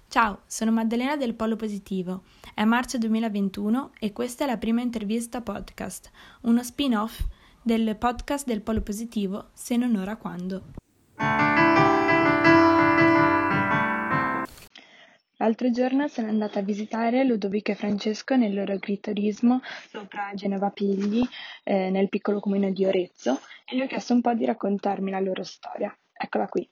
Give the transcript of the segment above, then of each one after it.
Ciao, sono Maddalena del Polo Positivo. È marzo 2021 e questa è la prima intervista podcast, uno spin-off del podcast del Polo Positivo, Se non ora quando. L'altro giorno sono andata a visitare Ludovico e Francesco nel loro agriturismo sopra Genova Pigli, nel piccolo comune di Orezzo, e gli ho chiesto un po' di raccontarmi la loro storia. Eccola qui.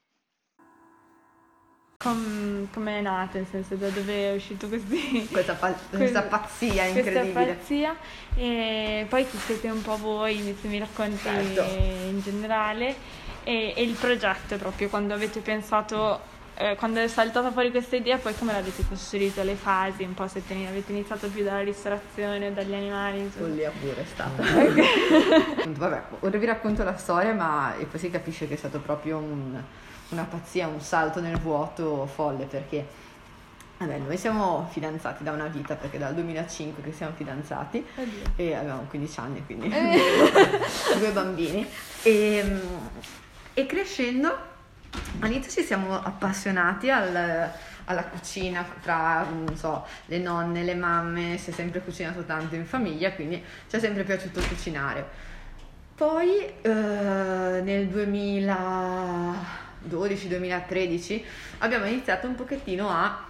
Come è nata, nel senso, da dove è uscito questa pazzia incredibile. Questa pazzia, e poi chi siete un po' voi, se mi racconti Certo. in generale, e il progetto proprio, quando avete pensato, quando è saltata fuori questa idea, poi come l'avete costruito, le fasi, un po' se avete iniziato più dalla ristorazione o dagli animali, insomma. Follia pure è stata. Vabbè, ora vi racconto la storia, e poi si capisce che è stato proprio una pazzia, un salto nel vuoto folle, perché noi siamo fidanzati da una vita, perché dal 2005 che siamo fidanzati. Oddio. E avevamo 15 anni, quindi due bambini e crescendo all'inizio ci siamo appassionati alla cucina, tra non so, le nonne, le mamme, si è sempre cucinato tanto in famiglia, quindi ci è sempre piaciuto cucinare. Poi nel 2012-2013 abbiamo iniziato un pochettino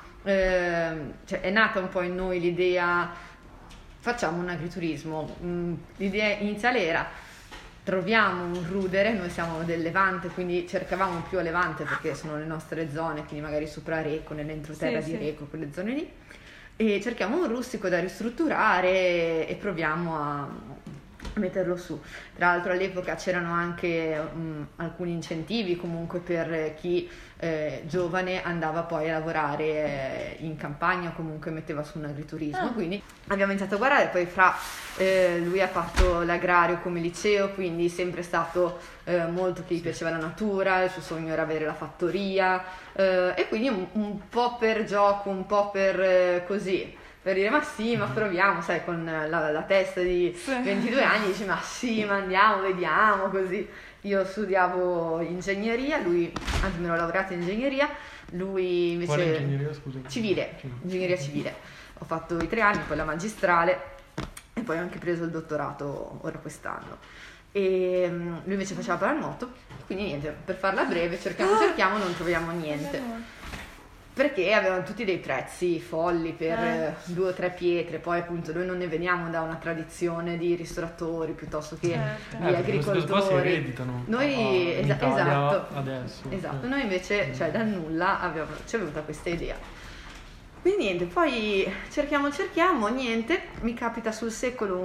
cioè è nata un po' in noi l'idea, facciamo un agriturismo. L'idea iniziale era: troviamo un rudere, noi siamo del Levante, quindi cercavamo più a Levante perché sono le nostre zone, quindi magari sopra Recco, nell'entroterra di Recco, quelle zone lì, e cerchiamo un rustico da ristrutturare e proviamo a metterlo su. Tra l'altro all'epoca c'erano anche alcuni incentivi comunque per chi giovane andava poi a lavorare in campagna o comunque metteva su un agriturismo, quindi abbiamo iniziato a guardare. Poi lui ha fatto l'agrario come liceo, quindi sempre stato molto che gli piaceva la natura, il suo sogno era avere la fattoria, e quindi un po' per gioco, un po' per così, per dire ma sì, ma proviamo, sai, con la testa di 22 anni dici ma sì, ma andiamo, vediamo, così. Io studiavo ingegneria, lui, anzi me l'ho laureata in ingegneria, lui invece... Quale ingegneria, scusa? Ingegneria civile. Ho fatto i 3 anni, poi la magistrale e poi ho anche preso il dottorato ora quest'anno. E lui invece faceva paranuoto, quindi niente, per farla breve, cerchiamo, non troviamo niente. Perché avevano tutti dei prezzi folli per 2 o 3 pietre. Poi appunto noi non ne veniamo da una tradizione di ristoratori piuttosto che di agricoltori. Queste cose si ereditano. Noi in Italia esatto, adesso. esatto. Noi invece, cioè dal nulla ci è venuta questa idea. Quindi niente, poi cerchiamo, niente, mi capita sul secolo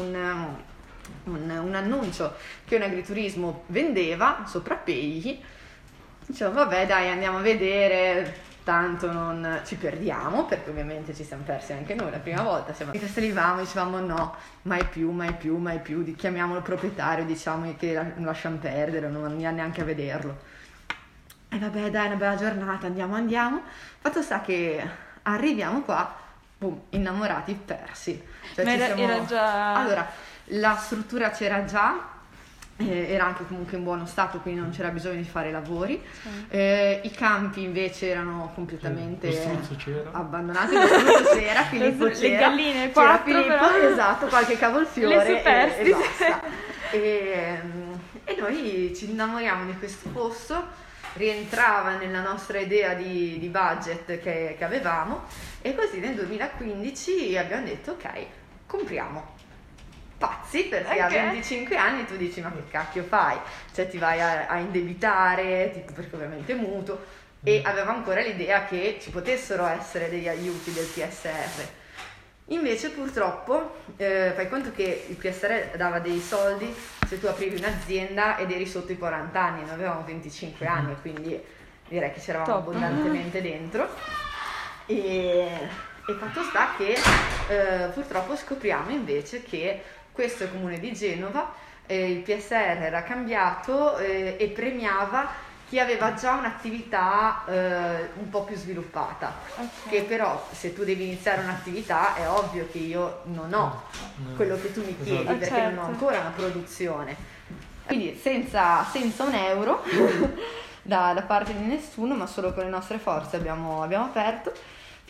un annuncio che un agriturismo vendeva sopra Pegli. Dicevo vabbè dai, andiamo a vedere, tanto non ci perdiamo, perché ovviamente ci siamo persi anche noi la prima volta. Salivamo e dicevamo no, mai più, chiamiamolo il proprietario, diciamo che lasciamo perdere, non andiamo neanche a vederlo. E vabbè dai, una bella giornata, andiamo. Fatto sta che arriviamo qua, boom, innamorati, persi. Cioè, ma era già... Allora, la struttura c'era già, era anche comunque in buono stato, quindi non c'era bisogno di fare lavori. I campi invece erano completamente abbandonati. Lo struzzo c'era, Filippo c'era, le galline c'era 4, Filippo, però... esatto, qualche cavolfiore e basta. E noi ci innamoriamo di questo posto, rientrava nella nostra idea di budget che avevamo, e così nel 2015 abbiamo detto ok, compriamo. Pazzi, perché a 25 anni tu dici ma che cacchio fai? Cioè ti vai a indebitare, tipo, perché ovviamente è mutuo, e aveva ancora l'idea che ci potessero essere degli aiuti del PSR. Invece purtroppo fai conto che il PSR dava dei soldi se tu aprivi un'azienda ed eri sotto i 40 anni, noi avevamo 25 anni, quindi direi che c'eravamo abbondantemente dentro. E fatto sta che purtroppo scopriamo invece che questo comune di Genova, il PSR era cambiato e premiava chi aveva già un'attività un po' più sviluppata, che però se tu devi iniziare un'attività è ovvio che io non ho quello che tu mi chiedi, perché non ho ancora una produzione, quindi senza un euro da parte di nessuno, ma solo con le nostre forze abbiamo aperto.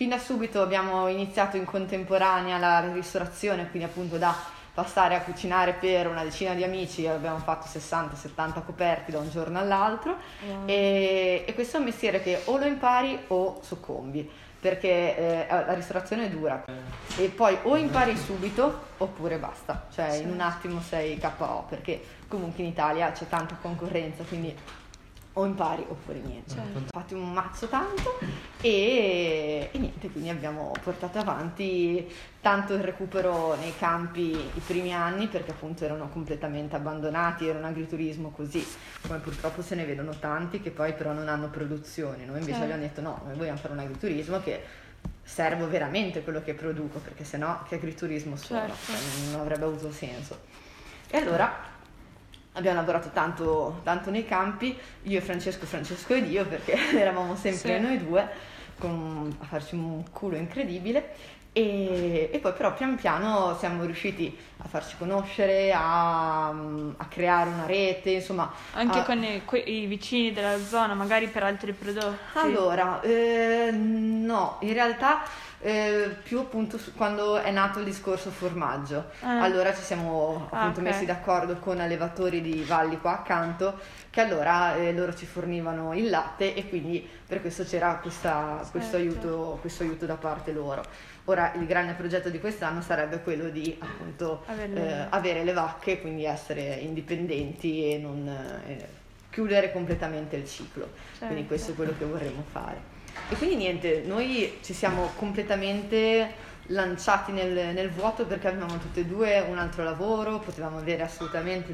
fin da subito abbiamo iniziato in contemporanea la ristorazione, quindi appunto da passare a cucinare per una decina di amici, abbiamo fatto 60-70 coperti da un giorno all'altro. E questo è un mestiere che o lo impari o soccombi, perché la ristorazione è dura e poi o impari subito oppure basta, cioè in un attimo sei KO, perché comunque in Italia c'è tanta concorrenza, quindi o impari oppure niente. Fatti un mazzo tanto e niente, quindi abbiamo portato avanti tanto il recupero nei campi i primi anni, perché appunto erano completamente abbandonati, era un agriturismo così, come purtroppo se ne vedono tanti che poi però non hanno produzione. Noi invece abbiamo detto no, noi vogliamo fare un agriturismo che servo veramente quello che produco, perché sennò che agriturismo sono, non avrebbe avuto senso. E allora abbiamo lavorato tanto nei campi, io e Francesco ed io, perché eravamo sempre noi due a farci un culo incredibile. E poi però pian piano siamo riusciti a farci conoscere, a creare una rete, insomma. Anche con i vicini della zona, magari per altri prodotti? Allora, no, in realtà più appunto quando è nato il discorso formaggio. Allora ci siamo appunto messi d'accordo con allevatori di valli qua accanto, che allora loro ci fornivano il latte e quindi per questo c'era questo aiuto da parte loro. Ora il grande progetto di quest'anno sarebbe quello di appunto avere le vacche, quindi essere indipendenti e non chiudere completamente il ciclo. Quindi questo è quello che vorremmo fare. E quindi niente, noi ci siamo completamente lanciati nel vuoto, perché avevamo tutte e due un altro lavoro, potevamo avere assolutamente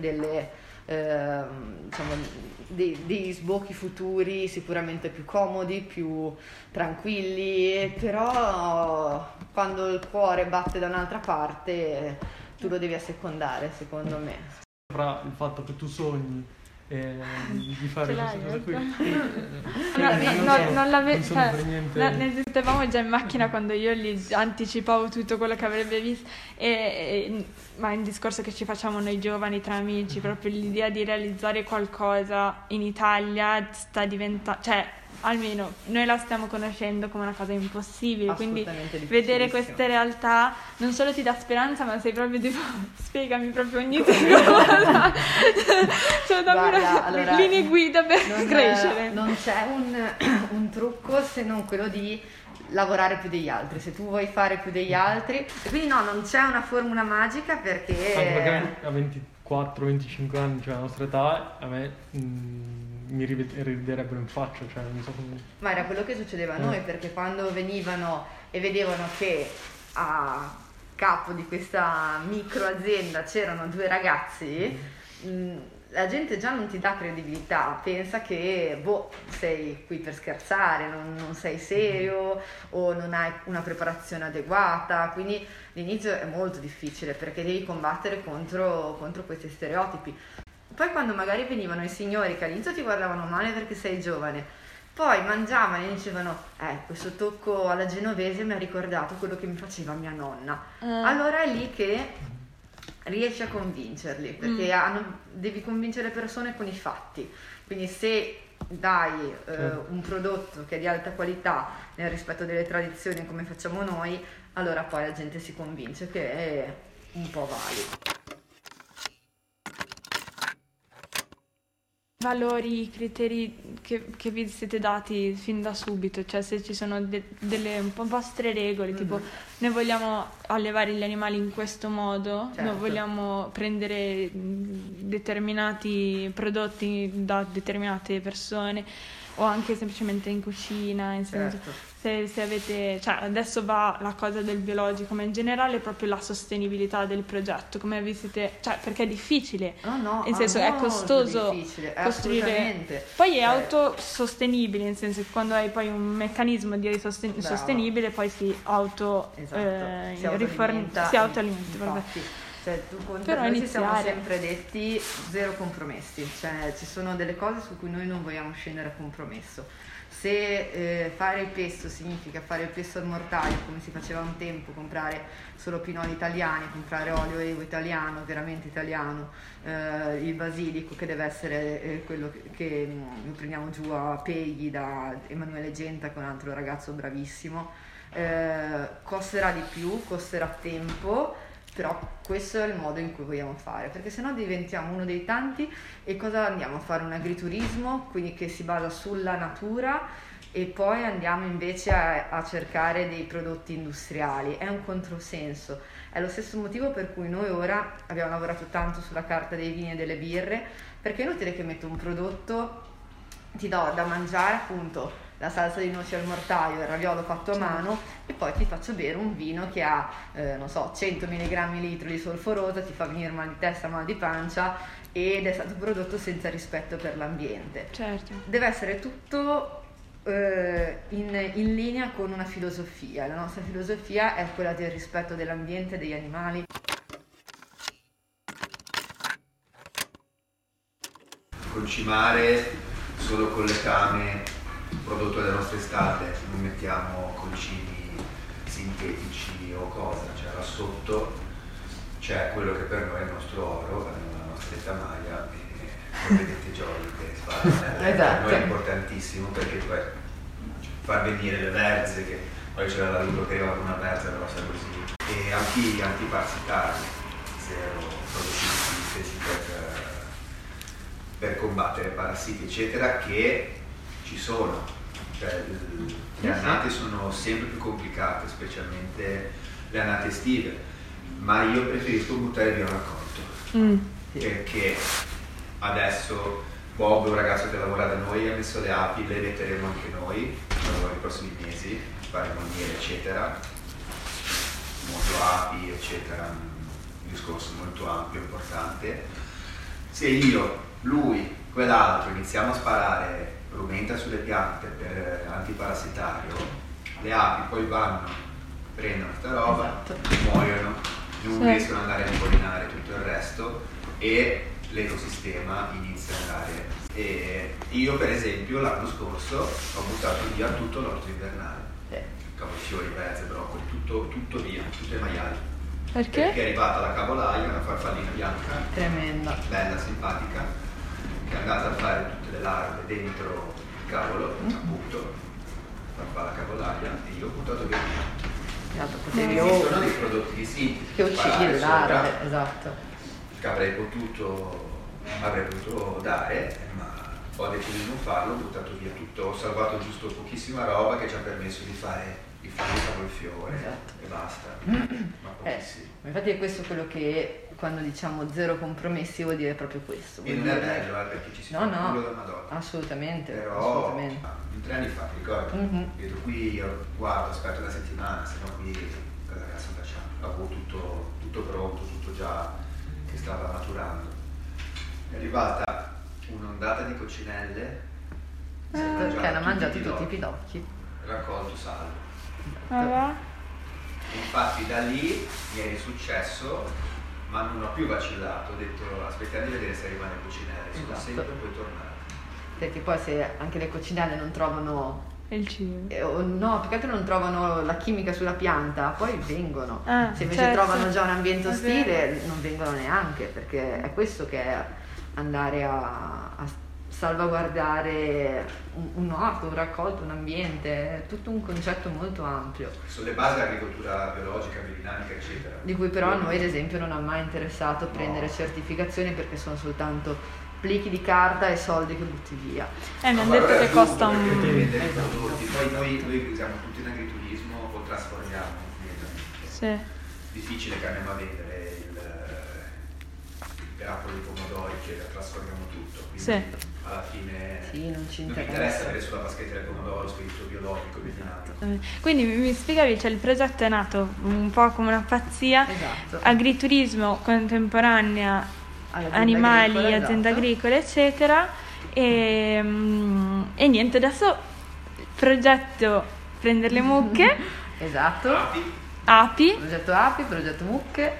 dei sbocchi futuri sicuramente più comodi, più tranquilli, però quando il cuore batte da un'altra parte tu lo devi assecondare, secondo me. Fra il fatto che tu sogni di fare questa cosa qui ne esistevamo già in macchina quando io gli anticipavo tutto quello che avrebbe visto, ma è un discorso che ci facciamo noi giovani tra amici, proprio l'idea di realizzare qualcosa in Italia sta diventando, cioè almeno noi la stiamo conoscendo come una cosa impossibile, quindi vedere queste realtà non solo ti dà speranza, ma sei proprio tipo spiegami proprio ogni cosa, cioè davvero linee guida per crescere. Non c'è un trucco se non quello di lavorare più degli altri, se tu vuoi fare più degli altri, e quindi no, non c'è una formula magica, perché anche perché a 24-25 anni, cioè la nostra età, a me mi riderebbero in faccia, cioè non so come. Ma era quello che succedeva a noi, perché quando venivano e vedevano che a capo di questa micro azienda c'erano due ragazzi, la gente già non ti dà credibilità, pensa che sei qui per scherzare, non sei serio o non hai una preparazione adeguata, quindi l'inizio è molto difficile perché devi combattere contro questi stereotipi. Poi quando magari venivano i signori che all'inizio ti guardavano male perché sei giovane, poi mangiavano e dicevano questo tocco alla genovese mi ha ricordato quello che mi faceva mia nonna. Allora è lì che riesci a convincerli, perché devi convincere le persone con i fatti. Quindi se dai un prodotto che è di alta qualità nel rispetto delle tradizioni come facciamo noi, allora poi la gente si convince che è un po' valido. Valori, criteri che vi siete dati fin da subito, cioè se ci sono delle un po' vostre regole, tipo noi vogliamo allevare gli animali in questo modo, noi vogliamo prendere determinati prodotti da determinate persone, o anche semplicemente in cucina, in senso, se avete, cioè adesso va la cosa del biologico, ma in generale proprio la sostenibilità del progetto, come vi siete, cioè perché è difficile, nel senso è costoso costruire, poi è autosostenibile, nel senso che quando hai poi un meccanismo di sostenibile poi si autoalimenta. Cioè, noi ci siamo sempre detti zero compromessi, cioè ci sono delle cose su cui noi non vogliamo scendere a compromesso. Se fare il pesto significa fare il pesto al mortaio come si faceva un tempo, comprare solo pinoli italiani, comprare olio evo italiano, veramente italiano, il basilico che deve essere quello che prendiamo giù a Pegli da Emanuele Genta, che è un altro ragazzo bravissimo, costerà di più, costerà tempo, però questo è il modo in cui vogliamo fare, perché sennò diventiamo uno dei tanti. E cosa andiamo a fare? Un agriturismo, quindi che si basa sulla natura, e poi andiamo invece a cercare dei prodotti industriali. È un controsenso. È lo stesso motivo per cui noi ora abbiamo lavorato tanto sulla carta dei vini e delle birre, perché è inutile che metto un prodotto, ti do da mangiare appunto la salsa di noci al mortaio, il raviolo fatto a mano, e poi ti faccio bere un vino che ha, 100 mg litro di solforosa, ti fa venire mal di testa, mal di pancia, ed è stato prodotto senza rispetto per l'ambiente. Certo. Deve essere tutto in linea con una filosofia. La nostra filosofia è quella del rispetto dell'ambiente e degli animali. Concimare solo con letame prodotto dalle nostre stalle, non mettiamo concimi sintetici o cosa, cioè là sotto c'è quello che per noi è il nostro oro, la nostra letamaia, e vedete Giorgio che spara. Esatto. Per noi è importantissimo, perché poi far venire le verze, che poi c'era la lingua che arriva con una verza, una cosa così, e antiparassitari, zero prodotti sintetici per combattere parassiti eccetera, che ci sono, cioè le annate sono sempre più complicate, specialmente le annate estive, ma io preferisco buttare via un raccolto, perché adesso Bob, un ragazzo che lavora da noi, ha messo le api, le metteremo anche noi nei prossimi mesi, faremo miele eccetera, molto api eccetera, un discorso molto ampio, importante. Se io, lui, quell'altro iniziamo a sparare rumenta sulle piante per antiparassitario, le api poi vanno, prendono sta roba, muoiono, non riescono ad andare a impollinare tutto il resto e l'ecosistema inizia ad andare. E io per esempio l'anno scorso ho buttato via tutto l'orto invernale, cavolfiori, verze, broccoli, tutto via, tutte i maiali. Perché? Perché è arrivata la cavolaia, una farfallina bianca, Tremenda, bella, simpatica, che è andata a fare tutte le larve dentro il cavolo, appunto, farfalla cavolaia, e io ho buttato via tutto. Esistono dei prodotti sì, che uccidi le larve, esatto, che avrei potuto dare, ma ho deciso di non farlo, ho buttato via tutto, ho salvato giusto pochissima roba che ci ha permesso di fare i funghi cavolfiore, esatto, e basta, ma pochissimo. Infatti è questo quello che quando diciamo zero compromessi vuol dire proprio questo. E non è bello, perché ci si fa il culo da Madonna. Assolutamente, però assolutamente. 3 anni fa, mi ricordo, vedo qui, io guardo, aspetto una settimana, se no qui cosa cazzo facciamo? Avevo tutto pronto, tutto già che stava maturando. È arrivata un'ondata di coccinelle, Che hanno mangiato tutti i pidocchi. Raccolto salvo. Va? Infatti da lì mi è risuccesso, ma non ho più vacillato, ho detto aspettiamo di vedere se arrivano le coccinelle, sono sempre poi tornate. Perché poi se anche le coccinelle non trovano il cibo, no, più che altro non trovano la chimica sulla pianta, poi vengono. Se invece certo, trovano già un ambiente ostile non vengono neanche, perché è questo che è andare a salvaguardare un orto, un raccolto, un ambiente, è tutto un concetto molto ampio. Sulle basi dell'agricoltura biologica, biodinamica, eccetera. Di cui però a noi ad esempio non ha mai interessato prendere certificazioni, perché sono soltanto plichi di carta e soldi che butti via. Mi hanno detto che costa un... Poi noi usiamo tutto in agriturismo o trasformiamo. Sì. Difficile che andiamo a vendere il grappolo di pomodori, che trasformiamo tutto. Quindi alla fine non ci non mi interessa avere sulla vaschetta del pomodoro scritto biologico, biodinamico. Quindi mi spiegavi, cioè il progetto è nato un po' come una pazzia, esatto, agriturismo contemporanea, animali, aziende agricole eccetera, e niente, adesso il progetto prendere le mucche, esatto, api, progetto api, progetto mucche,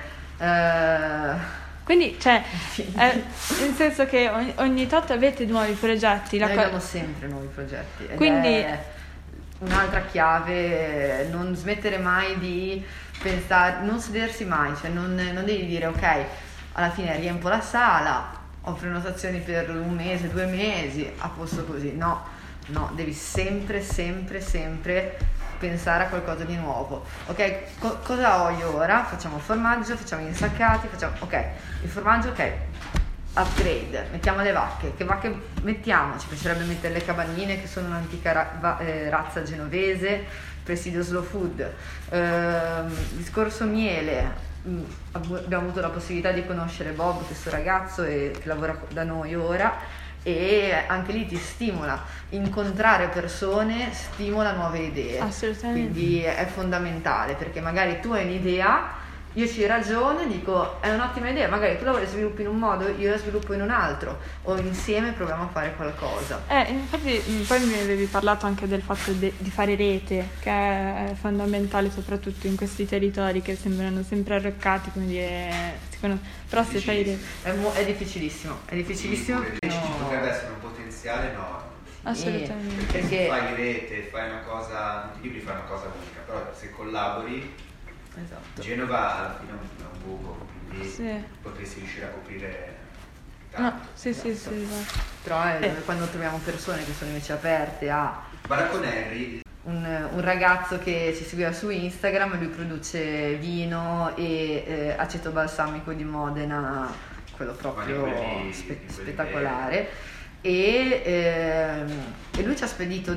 quindi cioè nel senso che ogni tot avete nuovi progetti, noi abbiamo sempre nuovi progetti, quindi è un'altra chiave, non smettere mai di pensare, non sedersi mai, cioè non devi dire ok, alla fine riempo la sala, ho prenotazioni per 1 mese, 2 mesi, a posto così. No, devi sempre pensare a qualcosa di nuovo. Ok, cosa ho io ora? Facciamo il formaggio, facciamo gli insaccati, ok, il formaggio, ok, upgrade, mettiamo le vacche. Che vacche mettiamo? Ci piacerebbe mettere le cabagnine, che sono un'antica razza genovese, presidio slow food. Discorso miele, abbiamo avuto la possibilità di conoscere Bob, questo ragazzo che lavora da noi ora, e anche lì ti stimola, incontrare persone stimola nuove idee. Assolutamente. Quindi è fondamentale, perché magari tu hai un'idea, io ci ragiono e dico è un'ottima idea, magari tu la vuoi sviluppi in un modo, io la sviluppo in un altro, o insieme proviamo a fare qualcosa. Infatti poi mi avevi parlato anche del fatto di fare rete, che è fondamentale soprattutto in questi territori che sembrano sempre arroccati, come dire, però se fai rete... È difficilissimo, è difficilissimo. Ci potrebbe essere un potenziale enorme. Assolutamente. Perché se fai rete, fai una cosa, non ti dico di fare una cosa unica, però se collabori, esatto. Genova alla fine è un buco, quindi Sì. potresti riuscire a coprire No, tanto. sì, esatto. Però è quando troviamo persone che sono invece aperte a... Guarda con Harry. Un ragazzo che ci seguiva su Instagram, lui produce vino e aceto balsamico di Modena, quello proprio spettacolare. E lui ci ha spedito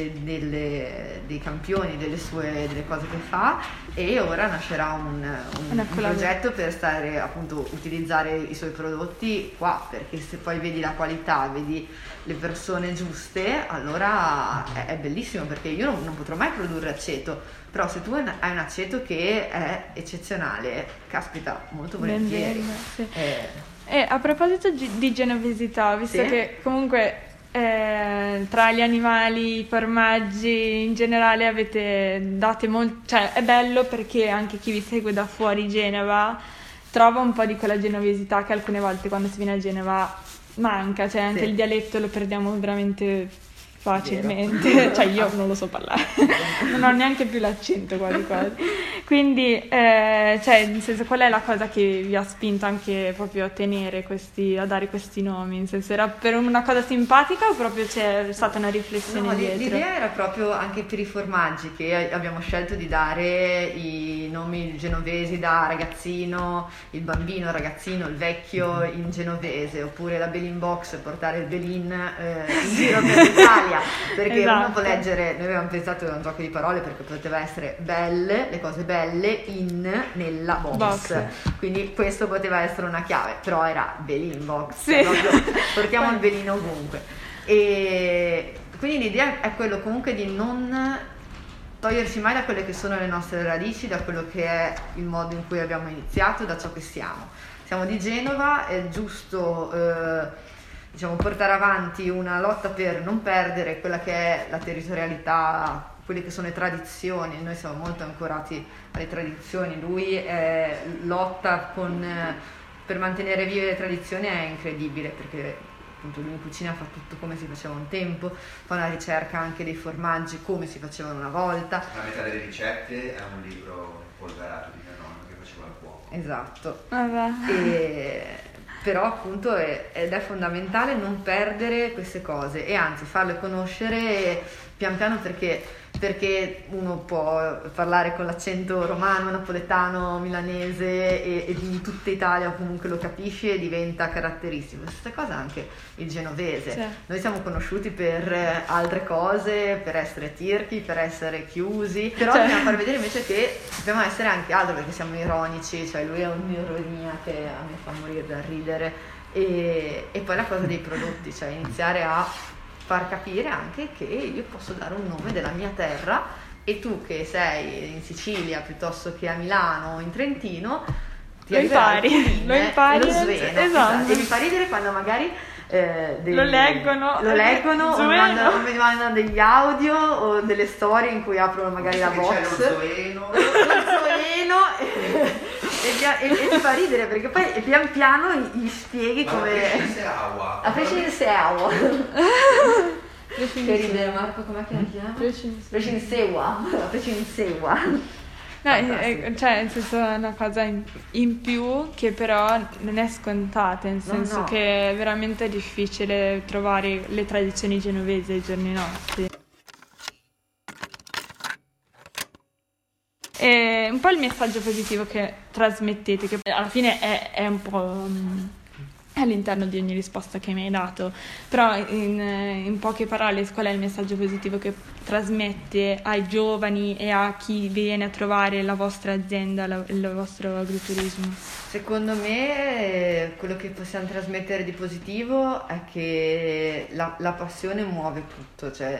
dei campioni delle cose che fa, e ora nascerà un progetto per stare, appunto, utilizzare i suoi prodotti qua, perché se poi vedi la qualità, vedi le persone giuste, allora è bellissimo, perché io non potrò mai produrre aceto, però se tu hai un aceto che è eccezionale, caspita, molto volentieri. Sì. A proposito di genovesità, visto che comunque tra gli animali, i formaggi in generale avete date molto, cioè è bello perché anche chi vi segue da fuori Genova trova un po' di quella genovesità che alcune volte quando si viene a Genova manca, cioè anche il dialetto lo perdiamo veramente facilmente, cioè io non lo so parlare, non ho neanche più l'accento quasi. Quindi, cioè, nel senso, qual è la cosa che vi ha spinto anche proprio a dare questi nomi? Nel senso, era per una cosa simpatica o proprio c'è stata una riflessione dietro? L'idea era proprio anche per i formaggi, che abbiamo scelto di dare i nomi genovesi da ragazzino, il bambino, il ragazzino, il vecchio in genovese, oppure la Belin Box, portare il Belin in giro per l'Italia. Perché uno può leggere, noi avevamo pensato a un gioco di parole perché poteva essere belle, le cose belle nella box. Quindi questo poteva essere una chiave, però era Belin Box, proprio, portiamo il belino ovunque. E quindi l'idea è quello comunque di non toglierci mai da quelle che sono le nostre radici, da quello che è il modo in cui abbiamo iniziato, da ciò che siamo. Siamo di Genova, è giusto portare avanti una lotta per non perdere quella che è la territorialità, quelle che sono le tradizioni. Noi siamo molto ancorati alle tradizioni, lui lotta per mantenere vive le tradizioni, è incredibile, perché appunto lui in cucina fa tutto come si faceva un tempo, fa una ricerca anche dei formaggi come si facevano una volta. La metà delle ricette è un libro polverato di mio nonno che faceva il cuoco. Esatto. Però appunto ed è fondamentale non perdere queste cose e anzi farle conoscere pian piano, perché uno può parlare con l'accento romano, napoletano, milanese e di tutta Italia comunque lo capisci e diventa caratteristico. Stessa cosa anche il genovese. Sì. Noi siamo conosciuti per altre cose, per essere tirchi, per essere chiusi, però dobbiamo far vedere invece che dobbiamo essere anche altro, perché siamo ironici, cioè lui è un'ironia che a me fa morire da ridere, e poi la cosa dei prodotti, cioè iniziare a far capire anche che io posso dare un nome della mia terra, e tu che sei in Sicilia piuttosto che a Milano o in Trentino lo impari e lo sveno. Esatto. E mi fa ridere quando magari lo leggono o mi mandano degli audio o delle storie in cui aprono magari la box, c'è lo zoeno e mi fa ridere, perché poi pian piano gli spieghi come la Prescinseaua. Che ridere, Marco, com'è che la chiama? Prescinseua. No, cioè, nel senso, è una cosa in più che però non è scontata, nel senso che è veramente difficile trovare le tradizioni genovesi ai giorni nostri. E un po' il messaggio positivo che trasmettete, che alla fine è un po' all'interno di ogni risposta che mi hai dato, però in poche parole qual è il messaggio positivo che trasmette ai giovani e a chi viene a trovare la vostra azienda, il vostro agriturismo? Secondo me quello che possiamo trasmettere di positivo è che la passione muove tutto, cioè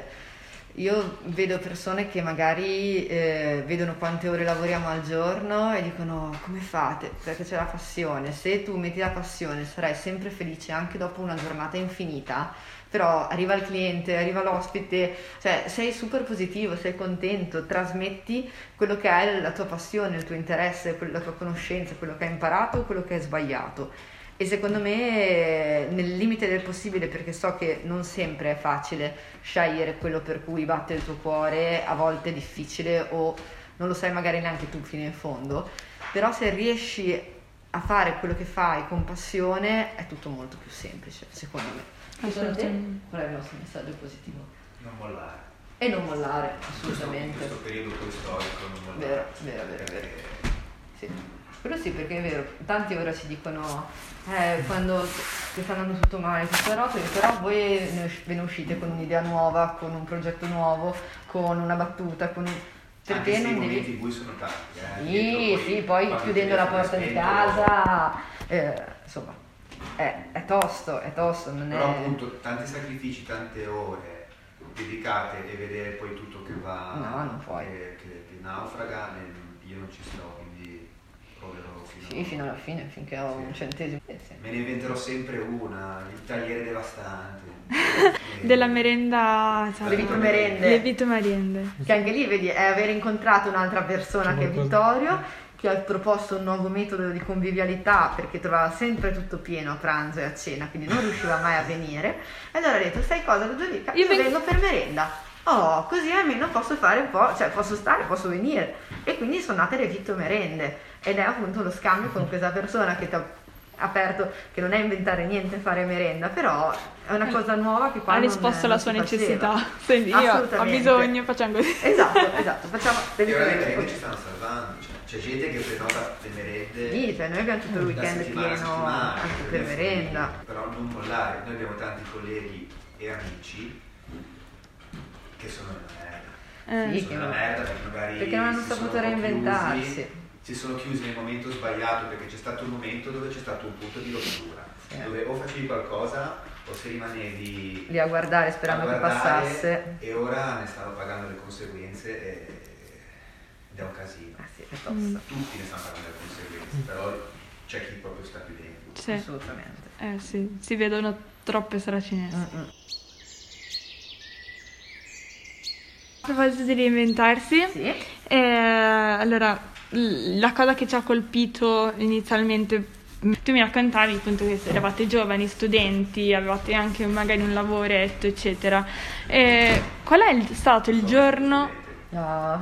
io vedo persone che magari vedono quante ore lavoriamo al giorno e dicono come fate? Perché c'è la passione. Se tu metti la passione sarai sempre felice anche dopo una giornata infinita, però arriva il cliente, arriva l'ospite, cioè sei super positivo, sei contento, trasmetti quello che è la tua passione, il tuo interesse, la tua conoscenza, quello che hai imparato, quello che hai sbagliato. E secondo me nel limite del possibile, perché so che non sempre è facile scegliere quello per cui batte il tuo cuore, a volte è difficile o non lo sai magari neanche tu fino in fondo, però se riesci a fare quello che fai con passione è tutto molto più semplice, secondo me. Secondo te qual è il nostro messaggio positivo? Non mollare. E non mollare, assolutamente. In questo periodo poi storico non mollare. Vero. Sì. Quello sì, perché è vero, tanti ora ci dicono quando ti sta andando tutto male, tutto rotolo, però voi ve ne uscite con un'idea nuova, con un progetto nuovo, con una battuta, perché non devi... I momenti bui sono tanti. Sì, poi chiudendo la porta di casa, insomma, è tosto, non però è... appunto tanti sacrifici, tante ore dedicate e vedere poi tutto che va, no, non puoi. Che naufraga, io non ci sto, quindi proverò fino alla fine, finché ho un centesimo. Me ne inventerò sempre una, il tagliere devastante. Della merenda, le vitomerende. Le vitomerende. Che anche lì vedi, è aver incontrato un'altra persona che è Vittorio, che ha proposto un nuovo metodo di convivialità perché trovava sempre tutto pieno a pranzo e a cena, quindi non riusciva mai a venire. E allora ha detto, sai cosa, Ludovica? Io vengo per merenda. Oh, così almeno posso fare un po', cioè posso venire. E quindi sono nate le vitomerende. Ed è appunto lo scambio con questa persona che ti ha aperto, che non è inventare niente, fare merenda, però è una cosa nuova che qua ha risposto alla sua necessità. Quindi io ho bisogno, facciamo così. Esatto, facciamo le merende ci stanno salvando, c'è gente che prenota le merende. Sì, cioè noi abbiamo tutto il weekend pieno anche per merenda. Però non mollare, noi abbiamo tanti colleghi e amici che sono una merda. Sì, sono una merda perché non hanno saputo reinventarsi. Si sono chiusi nel momento sbagliato, perché c'è stato un momento dove c'è stato un punto di rottura, dove o facevi qualcosa o se rimanevi lì a guardare sperando che passasse, e ora ne stanno pagando le conseguenze ed è un casino. Sì, è tosto. Tutti ne stanno pagando le conseguenze, però c'è chi proprio sta più dentro. Sì. Assolutamente. Sì, si vedono troppe saracinesche. A proposito di reinventarsi, sì. Allora la cosa che ci ha colpito inizialmente, tu mi raccontavi appunto che eravate giovani, studenti, avevate anche magari un lavoretto eccetera, qual è stato il giorno? No.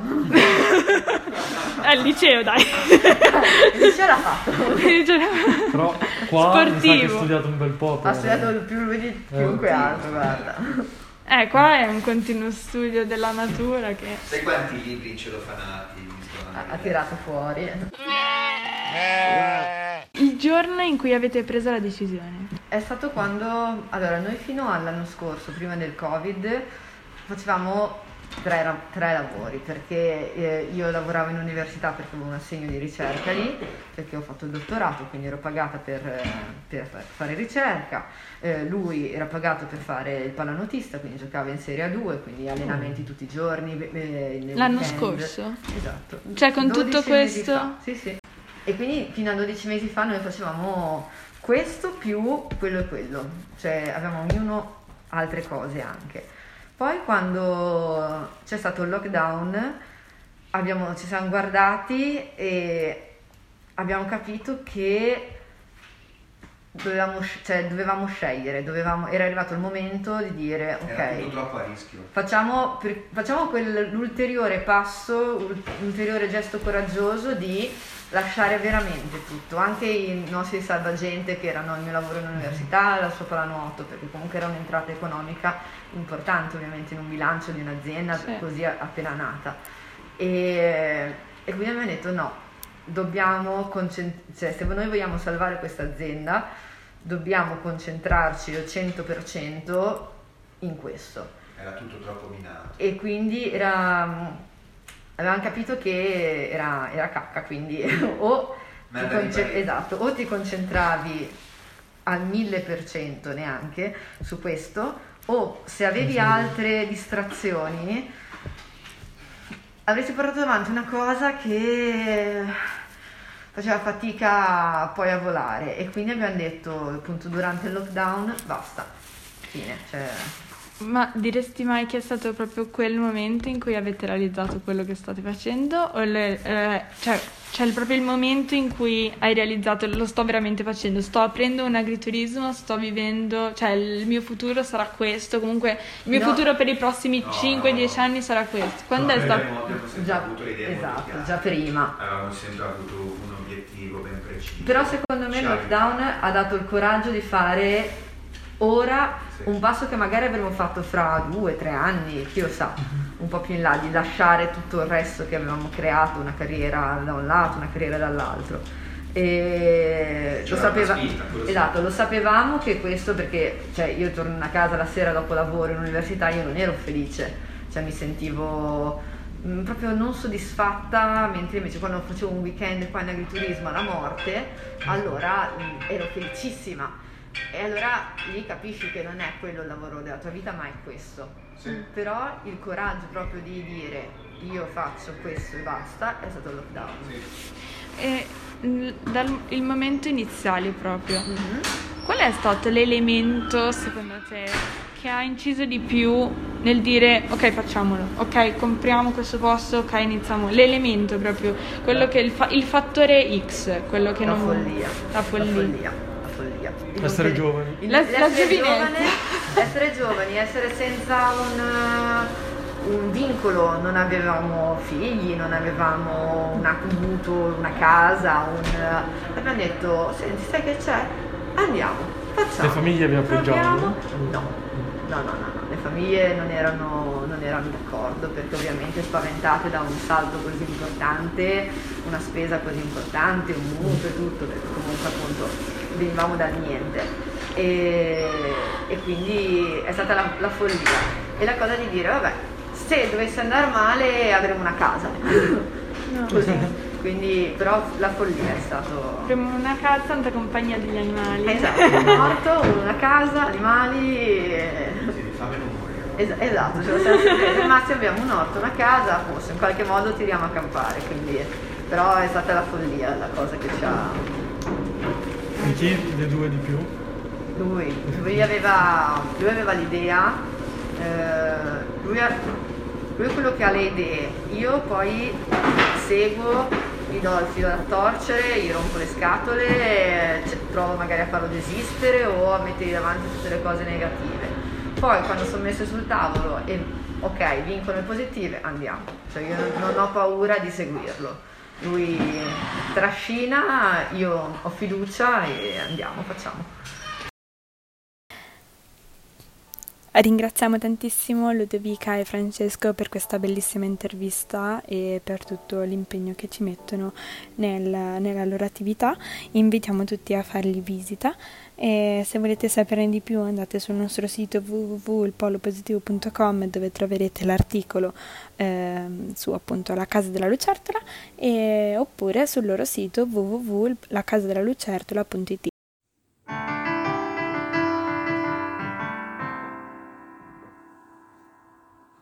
Al liceo, dai. Il liceo l'ha fatto. Però qua sportivo. Mi sa che hai studiato un bel po'. Ha studiato più lui di chiunque altro, guarda. Qua è un continuo studio della natura che... Sai quanti libri in celofanati ha tirato fuori? Il giorno in cui avete preso la decisione? È stato quando... Allora, noi fino all'anno scorso, prima del Covid, facevamo tre lavori, perché io lavoravo in università perché avevo un assegno di ricerca lì, perché ho fatto il dottorato, quindi ero pagata per fare ricerca, lui era pagato per fare il pallanuotista, quindi giocava in Serie A2, quindi allenamenti tutti i giorni. L'anno weekend. Scorso? Esatto. Cioè con tutto questo? Sì. E quindi fino a 12 mesi fa noi facevamo questo più quello e quello, cioè avevamo ognuno altre cose anche. Poi quando c'è stato il lockdown ci siamo guardati e abbiamo capito che dovevamo scegliere, era arrivato il momento di dire ok, era tutto troppo a rischio. Facciamo l'ulteriore passo, l'ulteriore gesto coraggioso di lasciare veramente tutto, anche i nostri salvagente che erano il mio lavoro in università, la sua pallanuoto, perché comunque era un'entrata economica importante ovviamente in un bilancio di un'azienda così appena nata, e E quindi abbiamo detto no, dobbiamo cioè se noi vogliamo salvare questa azienda dobbiamo concentrarci al 100% in questo. Era tutto troppo minato. E quindi avevamo capito che era cacca, quindi esatto, o ti concentravi al 1000% neanche su questo, o se avevi altre distrazioni avresti portato avanti una cosa che faceva fatica poi a volare, e quindi abbiamo detto appunto durante il lockdown basta, fine. Cioè... Ma diresti mai che è stato proprio quel momento in cui avete realizzato quello che state facendo? O cioè proprio il momento in cui hai realizzato lo sto veramente facendo, sto aprendo un agriturismo, sto vivendo, cioè il mio futuro sarà questo, comunque il mio futuro per i prossimi 5-10 anni sarà questo. Quando è stato? Abbiamo sempre avuto l'idea esatto, molto già prima. Avevamo sempre avuto un obiettivo ben preciso. Però secondo me il lockdown ha dato il coraggio di fare ora un passo che magari avremmo fatto fra 2-3 anni, chi lo sa, un po' più in là, di lasciare tutto il resto che avevamo creato, una carriera da un lato, una carriera dall'altro. E lo sapevamo che questo, perché cioè, io torno a casa la sera dopo lavoro in università, io non ero felice, cioè mi sentivo proprio non soddisfatta, mentre invece quando facevo un weekend qua in agriturismo alla morte, allora ero felicissima. E allora lì capisci che non è quello il lavoro della tua vita, ma è questo. Sì. Però il coraggio proprio di dire io faccio questo e basta è stato il lockdown. Sì. E il momento iniziale proprio, qual è stato l'elemento secondo te che ha inciso di più nel dire ok facciamolo, ok compriamo questo posto, ok iniziamo, l'elemento proprio, quello che il fattore X, quello che la follia. Essere giovani. Essere giovani, essere senza un vincolo, non avevamo figli, non avevamo avuto una casa, abbiamo detto, senti, sai che c'è? Andiamo, facciamo. Le famiglie vi appoggiavano? No, le famiglie non erano d'accordo, perché ovviamente spaventate da un salto così importante, una spesa così importante, un mutuo e tutto, perché comunque appunto venivamo dal niente, e quindi è stata la follia e la cosa di dire vabbè, se dovesse andare male avremo una casa. No. Così, quindi però la follia è stato avremo una casa, tanta compagnia degli animali, esatto, un orto, una casa, animali esatto, ce lo siamo sempre rimasti, abbiamo un orto, una casa, forse in qualche modo tiriamo a campare, quindi però è stata la follia la cosa che ci ha. E chi dei due di più? Lui aveva l'idea, lui è quello che ha le idee, io poi seguo, gli do il filo da torcere, gli rompo le scatole, provo magari a farlo desistere o a mettergli davanti tutte le cose negative. Poi quando sono messe sul tavolo e ok, vincono le positive, andiamo, cioè io non ho paura di seguirlo. Lui trascina, io ho fiducia e andiamo, facciamo. Ringraziamo tantissimo Ludovica e Francesco per questa bellissima intervista e per tutto l'impegno che ci mettono nella loro attività. Invitiamo tutti a fargli visita e se volete saperne di più andate sul nostro sito www.ilpolopositivo.com, dove troverete l'articolo su appunto la Casa della Lucertola, oppure sul loro sito www.lacasadelalucertola.it.